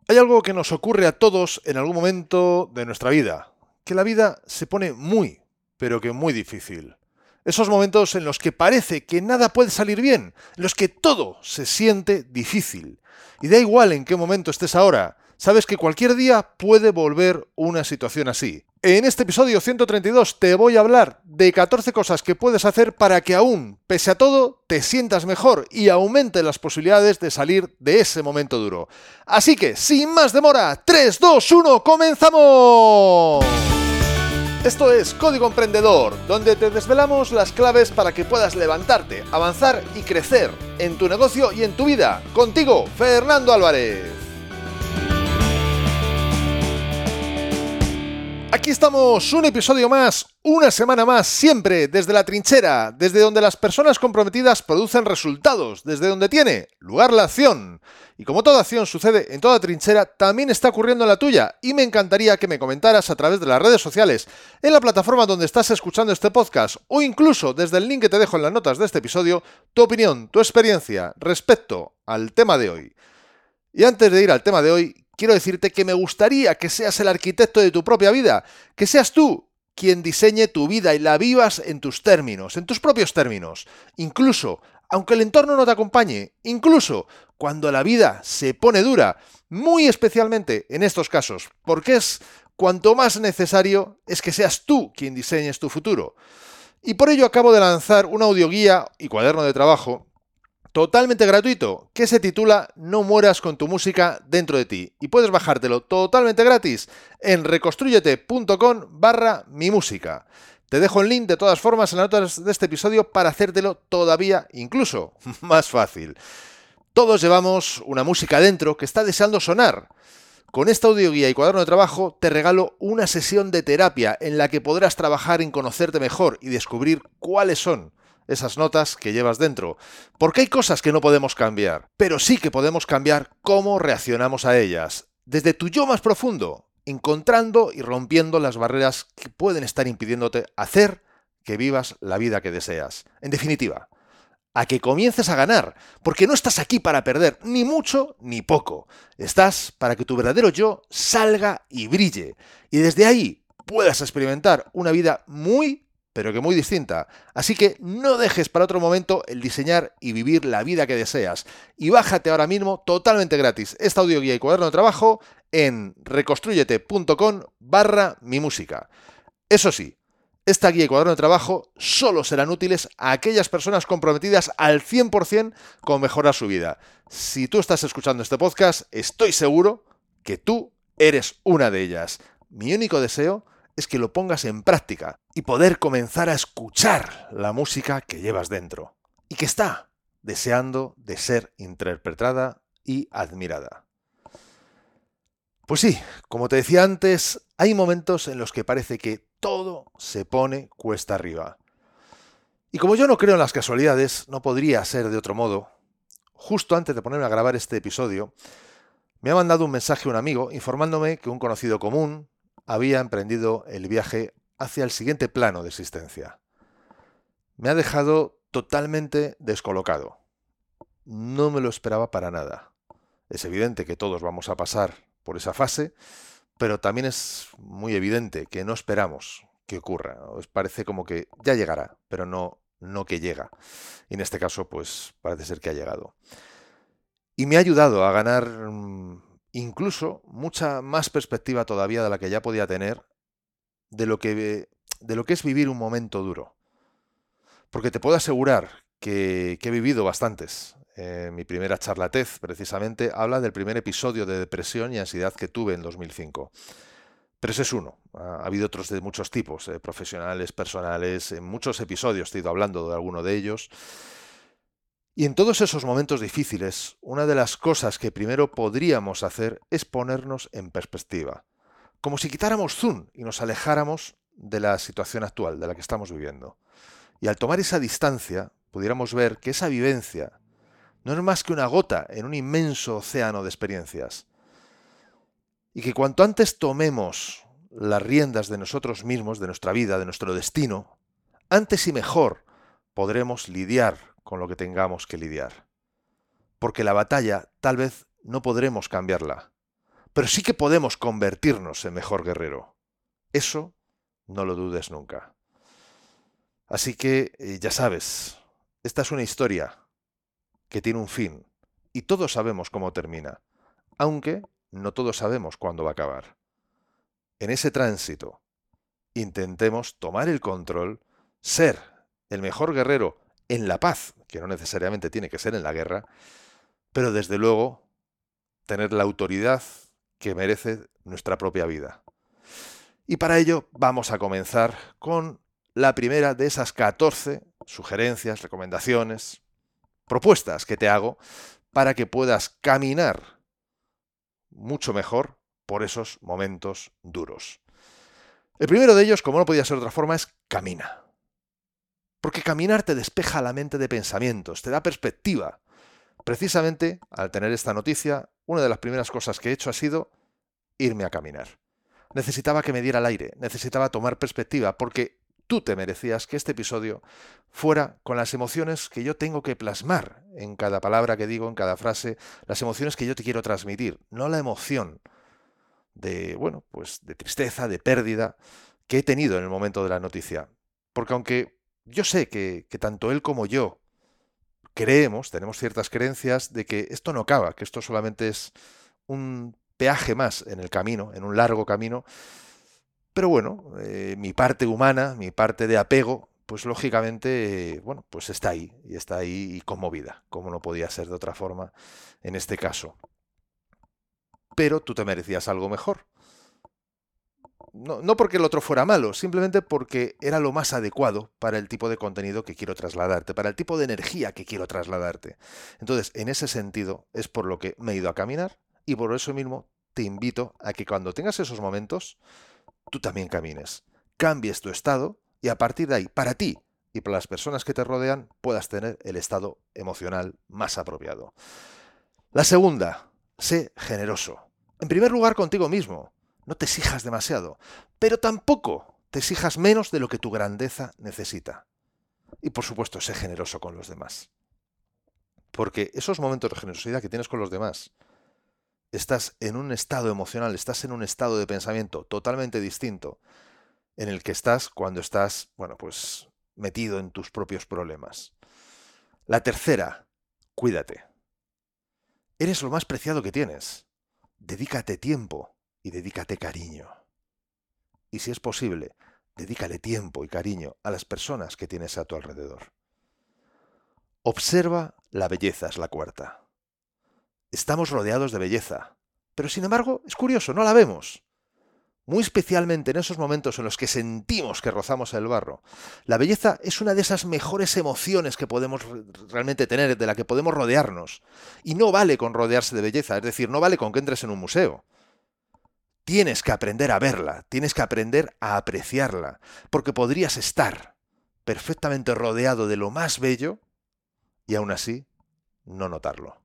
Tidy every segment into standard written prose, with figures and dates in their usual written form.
Hay algo que nos ocurre a todos en algún momento de nuestra vida, que la vida se pone muy, pero que muy difícil. Esos momentos en los que parece que nada puede salir bien, en los que todo se siente difícil. Y da igual en qué momento estés ahora, sabes que cualquier día puede volver una situación así. En este episodio 132 te voy a hablar de 14 cosas que puedes hacer para que aún, pese a todo, te sientas mejor y aumente las posibilidades de salir de ese momento duro. Así que, sin más demora, 3, 2, 1, ¡comenzamos! Esto es Código Emprendedor, donde te desvelamos las claves para que puedas levantarte, avanzar y crecer en tu negocio y en tu vida. Contigo, Fernando Álvarez. Aquí estamos, un episodio más, una semana más, siempre desde la trinchera, desde donde las personas comprometidas producen resultados, desde donde tiene lugar la acción. Y como toda acción sucede en toda trinchera, también está ocurriendo en la tuya, y me encantaría que me comentaras a través de las redes sociales, en la plataforma donde estás escuchando este podcast, o incluso desde el link que te dejo en las notas de este episodio, tu opinión, tu experiencia respecto al tema de hoy. Y antes de ir al tema de hoy, quiero decirte que me gustaría que seas el arquitecto de tu propia vida, que seas tú quien diseñe tu vida y la vivas en tus términos, en tus propios términos. Incluso, aunque el entorno no te acompañe, incluso cuando la vida se pone dura, muy especialmente en estos casos, porque es cuanto más necesario es que seas tú quien diseñes tu futuro. Y por ello acabo de lanzar una audioguía y cuaderno de trabajo totalmente gratuito, que se titula No mueras con tu música dentro de ti. Y puedes bajártelo totalmente gratis en reconstrúyete.com/mimúsica. Te dejo el link de todas formas en las notas de este episodio para hacértelo todavía incluso más fácil. Todos llevamos una música dentro que está deseando sonar. Con esta audioguía y cuaderno de trabajo te regalo una sesión de terapia en la que podrás trabajar en conocerte mejor y descubrir cuáles son esas notas que llevas dentro. Porque hay cosas que no podemos cambiar, pero sí que podemos cambiar cómo reaccionamos a ellas. Desde tu yo más profundo, encontrando y rompiendo las barreras que pueden estar impidiéndote hacer que vivas la vida que deseas. En definitiva, a que comiences a ganar, porque no estás aquí para perder ni mucho ni poco. Estás para que tu verdadero yo salga y brille. Y desde ahí puedas experimentar una vida muy pero que muy distinta. Así que no dejes para otro momento el diseñar y vivir la vida que deseas. Y bájate ahora mismo totalmente gratis esta audioguía y cuaderno de trabajo en reconstrúyete.com/mimúsica. Eso sí, esta guía y cuaderno de trabajo solo serán útiles a aquellas personas comprometidas al 100% con mejorar su vida. Si tú estás escuchando este podcast, estoy seguro que tú eres una de ellas. Mi único deseo es que lo pongas en práctica y poder comenzar a escuchar la música que llevas dentro y que está deseando de ser interpretada y admirada. Pues sí, como te decía antes, hay momentos en los que parece que todo se pone cuesta arriba. Y como yo no creo en las casualidades, no podría ser de otro modo, justo antes de ponerme a grabar este episodio, me ha mandado un mensaje un amigo informándome que un conocido común había emprendido el viaje hacia el siguiente plano de existencia. Me ha dejado totalmente descolocado. No me lo esperaba para nada. Es evidente que todos vamos a pasar por esa fase, pero también es muy evidente que no esperamos que ocurra. Os parece como que ya llegará, pero no que llega. Y en este caso, pues parece ser que ha llegado. Y me ha ayudado a ganar incluso mucha más perspectiva todavía de la que ya podía tener de lo que es vivir un momento duro. Porque te puedo asegurar que he vivido bastantes. Mi primera charlatez, precisamente, habla del primer episodio de depresión y ansiedad que tuve en 2005. Pero ese es uno. Ha habido otros de muchos tipos, profesionales, personales. En muchos episodios te he ido hablando de alguno de ellos. Y en todos esos momentos difíciles, una de las cosas que primero podríamos hacer es ponernos en perspectiva. Como si quitáramos zoom y nos alejáramos de la situación actual, de la que estamos viviendo. Y al tomar esa distancia, pudiéramos ver que esa vivencia no es más que una gota en un inmenso océano de experiencias. Y que cuanto antes tomemos las riendas de nosotros mismos, de nuestra vida, de nuestro destino, antes y mejor podremos lidiar con lo que tengamos que lidiar. Porque la batalla tal vez no podremos cambiarla, pero sí que podemos convertirnos en mejor guerrero. Eso no lo dudes nunca. Así que ya sabes, esta es una historia que tiene un fin y todos sabemos cómo termina, aunque no todos sabemos cuándo va a acabar. En ese tránsito, intentemos tomar el control, ser el mejor guerrero en la paz, que no necesariamente tiene que ser en la guerra, pero desde luego tener la autoridad que merece nuestra propia vida. Y para ello vamos a comenzar con la primera de esas 14 sugerencias, recomendaciones, propuestas que te hago para que puedas caminar mucho mejor por esos momentos duros. El primero de ellos, como no podía ser de otra forma, es camina. Porque caminar te despeja la mente de pensamientos, te da perspectiva. Precisamente, al tener esta noticia, una de las primeras cosas que he hecho ha sido irme a caminar. Necesitaba que me diera el aire, necesitaba tomar perspectiva, porque tú te merecías que este episodio fuera con las emociones que yo tengo que plasmar en cada palabra que digo, en cada frase, las emociones que yo te quiero transmitir, no la emoción de, bueno, pues de tristeza, de pérdida que he tenido en el momento de la noticia. Porque aunque yo sé que tanto él como yo tenemos ciertas creencias de que esto no acaba, que esto solamente es un peaje más en el camino, en un largo camino, pero bueno, mi parte humana, mi parte de apego, pues lógicamente, bueno, pues está ahí y conmovida, como no podía ser de otra forma en este caso. Pero tú te merecías algo mejor. No porque el otro fuera malo, simplemente porque era lo más adecuado para el tipo de contenido que quiero trasladarte, para el tipo de energía que quiero trasladarte. Entonces, en ese sentido, es por lo que me he ido a caminar y por eso mismo te invito a que cuando tengas esos momentos, tú también camines, cambies tu estado y a partir de ahí, para ti y para las personas que te rodean, puedas tener el estado emocional más apropiado. La segunda, sé generoso. En primer lugar, contigo mismo. No te exijas demasiado, pero tampoco te exijas menos de lo que tu grandeza necesita. Y por supuesto, sé generoso con los demás. Porque esos momentos de generosidad que tienes con los demás, estás en un estado emocional, estás en un estado de pensamiento totalmente distinto en el que estás cuando estás, bueno, pues metido en tus propios problemas. La tercera, cuídate. Eres lo más preciado que tienes. Dedícate tiempo y dedícate cariño. Y si es posible, dedícale tiempo y cariño a las personas que tienes a tu alrededor. Observa la belleza, es la cuarta. Estamos rodeados de belleza, pero sin embargo es curioso, no la vemos. Muy especialmente en esos momentos en los que sentimos que rozamos el barro. La belleza es una de esas mejores emociones que podemos realmente tener, de la que podemos rodearnos. Y no vale con rodearse de belleza, es decir, no vale con que entres en un museo. Tienes que aprender a verla, tienes que aprender a apreciarla, porque podrías estar perfectamente rodeado de lo más bello y aún así no notarlo.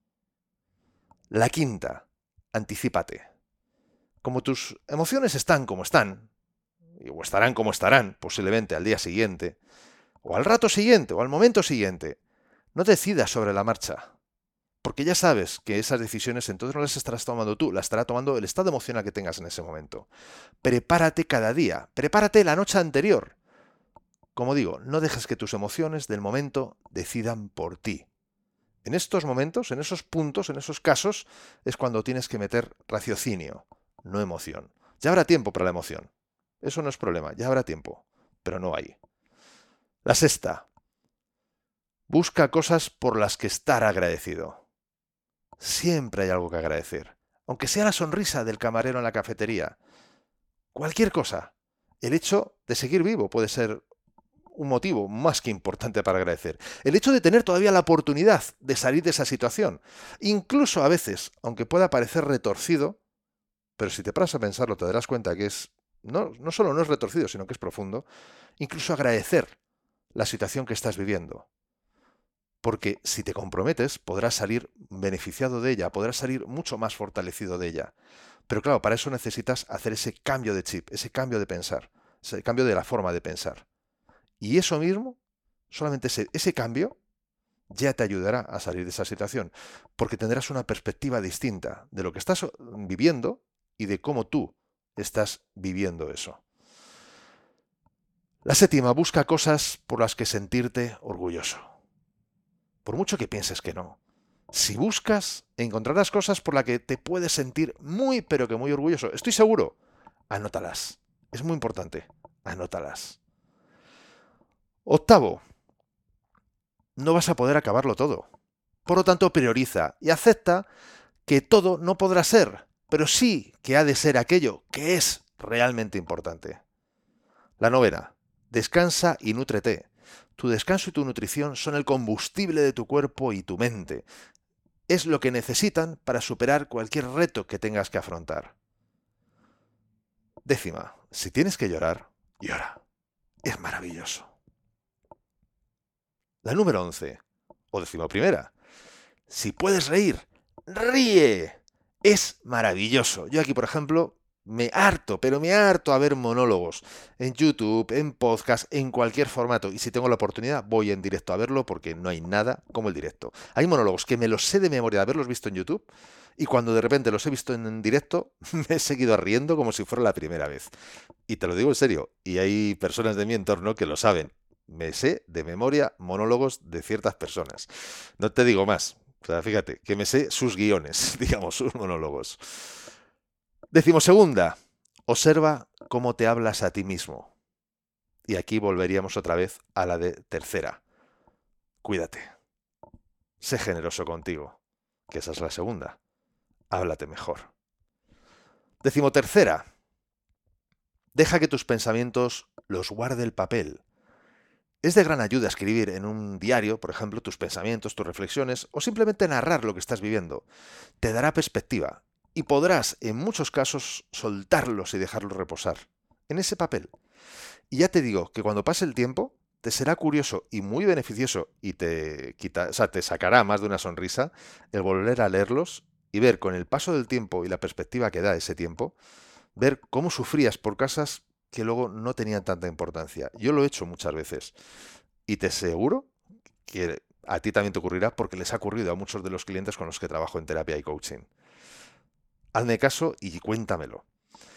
La quinta, anticípate. Como tus emociones están como están, o estarán como estarán, posiblemente al día siguiente, o al rato siguiente, o al momento siguiente, no decidas sobre la marcha. Porque ya sabes que esas decisiones entonces no las estarás tomando tú, las estará tomando el estado emocional que tengas en ese momento. Prepárate cada día, prepárate la noche anterior. Como digo, no dejes que tus emociones del momento decidan por ti. En estos momentos, en esos puntos, en esos casos, es cuando tienes que meter raciocinio, no emoción. Ya habrá tiempo para la emoción. Eso no es problema, ya habrá tiempo, pero no hay. La sexta, busca cosas por las que estar agradecido. Siempre hay algo que agradecer, aunque sea la sonrisa del camarero en la cafetería. Cualquier cosa. El hecho de seguir vivo puede ser un motivo más que importante para agradecer. El hecho de tener todavía la oportunidad de salir de esa situación. Incluso a veces, aunque pueda parecer retorcido, pero si te paras a pensarlo te darás cuenta que no solo no es retorcido, sino que es profundo, incluso agradecer la situación que estás viviendo. Porque si te comprometes, podrás salir beneficiado de ella, podrás salir mucho más fortalecido de ella. Pero claro, para eso necesitas hacer ese cambio de chip, ese cambio de pensar, ese cambio de la forma de pensar. Y eso mismo, solamente ese cambio, ya te ayudará a salir de esa situación, porque tendrás una perspectiva distinta de lo que estás viviendo y de cómo tú estás viviendo eso. La séptima, busca cosas por las que sentirte orgulloso. Por mucho que pienses que no. Si buscas, encontrarás cosas por las que te puedes sentir muy, pero que muy orgulloso. Estoy seguro. Anótalas. Es muy importante. Anótalas. Octavo, no vas a poder acabarlo todo. Por lo tanto, prioriza y acepta que todo no podrá ser, pero sí que ha de ser aquello que es realmente importante. La novena, descansa y nútrete. Tu descanso y tu nutrición son el combustible de tu cuerpo y tu mente. Es lo que necesitan para superar cualquier reto que tengas que afrontar. Décima, si tienes que llorar, llora. Es maravilloso. La número 11, o decimoprimera, si puedes reír, ríe. Es maravilloso. Yo aquí, por ejemplo, me harto a ver monólogos en YouTube, en podcast, en cualquier formato. Y si tengo la oportunidad, voy en directo a verlo porque no hay nada como el directo. Hay monólogos que me los sé de memoria de haberlos visto en YouTube y cuando de repente los he visto en directo, me he seguido riendo como si fuera la primera vez. Y te lo digo en serio. Y hay personas de mi entorno que lo saben. Me sé de memoria monólogos de ciertas personas. No te digo más. O sea, fíjate, que me sé sus guiones, digamos, sus monólogos. Decimosegunda, observa cómo te hablas a ti mismo. Y aquí volveríamos otra vez a la de tercera. Cuídate. Sé generoso contigo, que esa es la segunda. Háblate mejor. Decimotercera, deja que tus pensamientos los guarde el papel. Es de gran ayuda escribir en un diario, por ejemplo, tus pensamientos, tus reflexiones, o simplemente narrar lo que estás viviendo. Te dará perspectiva y podrás, en muchos casos, soltarlos y dejarlos reposar en ese papel. Y ya te digo que cuando pase el tiempo, te será curioso y muy beneficioso y te sacará más de una sonrisa el volver a leerlos y ver con el paso del tiempo y la perspectiva que da ese tiempo, ver cómo sufrías por cosas que luego no tenían tanta importancia. Yo lo he hecho muchas veces y te aseguro que a ti también te ocurrirá porque les ha ocurrido a muchos de los clientes con los que trabajo en terapia y coaching. Hazme caso y cuéntamelo.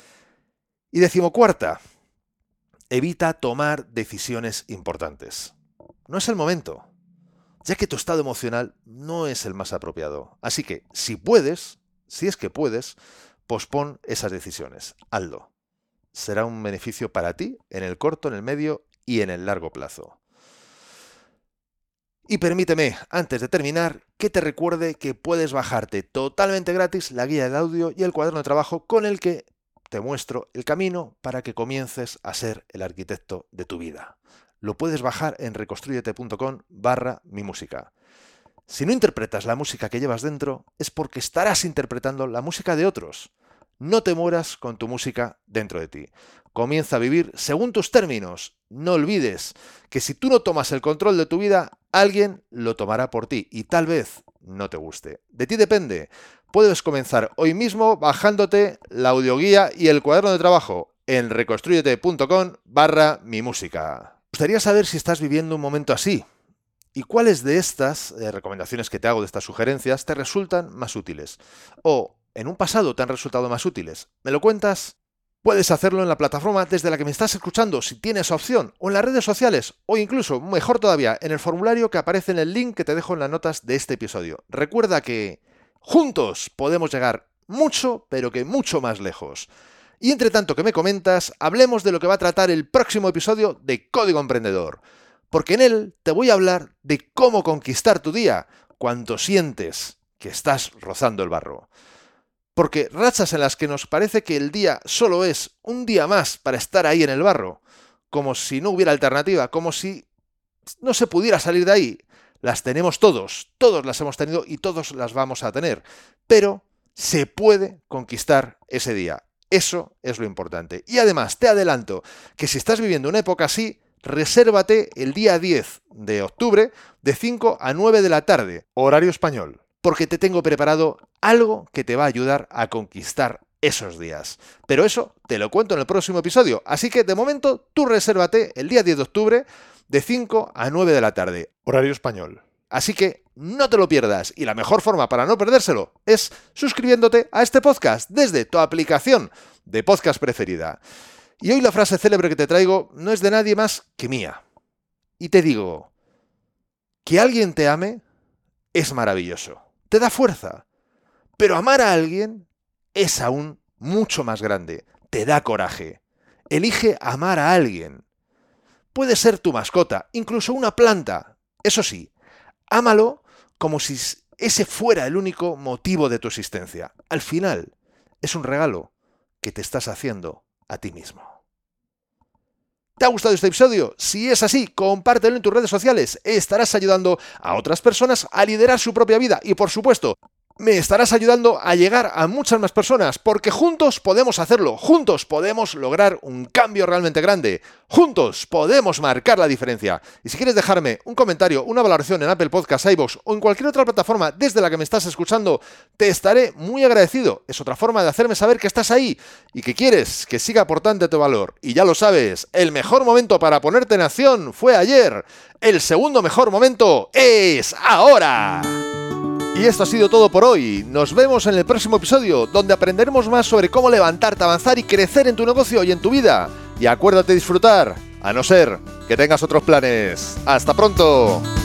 Y decimocuarta, evita tomar decisiones importantes. No es el momento, ya que tu estado emocional no es el más apropiado. Así que, si es que puedes, pospon esas decisiones. Hazlo. Será un beneficio para ti en el corto, en el medio y en el largo plazo. Y permíteme, antes de terminar, que te recuerde que puedes bajarte totalmente gratis la guía de audio y el cuaderno de trabajo con el que te muestro el camino para que comiences a ser el arquitecto de tu vida. Lo puedes bajar en reconstruyete.com/mimúsica. Si no interpretas la música que llevas dentro, es porque estarás interpretando la música de otros. No te mueras con tu música dentro de ti. Comienza a vivir según tus términos. No olvides que si tú no tomas el control de tu vida, alguien lo tomará por ti y tal vez no te guste. De ti depende. Puedes comenzar hoy mismo bajándote la audioguía y el cuaderno de trabajo en reconstruyete.com/mimúsica. Me gustaría saber si estás viviendo un momento así. ¿Y cuáles de estas recomendaciones que te hago, de estas sugerencias, te resultan más útiles? O en un pasado te han resultado más útiles. ¿Me lo cuentas? Puedes hacerlo en la plataforma desde la que me estás escuchando, si tienes opción, o en las redes sociales, o incluso, mejor todavía, en el formulario que aparece en el link que te dejo en las notas de este episodio. Recuerda que juntos podemos llegar mucho, pero que mucho más lejos. Y entre tanto que me comentas, hablemos de lo que va a tratar el próximo episodio de Código Emprendedor. Porque en él te voy a hablar de cómo conquistar tu día cuando sientes que estás rozando el barro. Porque rachas en las que nos parece que el día solo es un día más para estar ahí en el barro, como si no hubiera alternativa, como si no se pudiera salir de ahí, las tenemos todos las hemos tenido y todos las vamos a tener, pero se puede conquistar ese día. Eso es lo importante. Y además te adelanto que si estás viviendo una época así, resérvate el día 10 de octubre de 5 a 9 de la tarde, horario español, porque te tengo preparado algo que te va a ayudar a conquistar esos días. Pero eso te lo cuento en el próximo episodio, así que de momento tú resérvate el día 10 de octubre de 5 a 9 de la tarde, horario español. Así que no te lo pierdas, y la mejor forma para no perdérselo es suscribiéndote a este podcast desde tu aplicación de podcast preferida. Y hoy la frase célebre que te traigo no es de nadie más que mía. Y te digo, que alguien te ame es maravilloso, te da fuerza, pero amar a alguien es aún mucho más grande, te da coraje. Elige amar a alguien. Puede ser tu mascota, incluso una planta. Eso sí, ámalo como si ese fuera el único motivo de tu existencia. Al final, es un regalo que te estás haciendo a ti mismo. ¿Te ha gustado este episodio? Si es así, compártelo en tus redes sociales. Estarás ayudando a otras personas a liderar su propia vida y, por supuesto, me estarás ayudando a llegar a muchas más personas, porque juntos podemos hacerlo, juntos podemos lograr un cambio realmente grande, juntos podemos marcar la diferencia. Y si quieres dejarme un comentario, una valoración en Apple Podcasts, iVoox o en cualquier otra plataforma desde la que me estás escuchando, te estaré muy agradecido. Es otra forma de hacerme saber que estás ahí y que quieres que siga aportando tu valor. Y ya lo sabes, el mejor momento para ponerte en acción fue ayer. El segundo mejor momento es ahora. Y esto ha sido todo por hoy. Nos vemos en el próximo episodio, donde aprenderemos más sobre cómo levantarte, avanzar y crecer en tu negocio y en tu vida. Y acuérdate de disfrutar, a no ser que tengas otros planes. ¡Hasta pronto!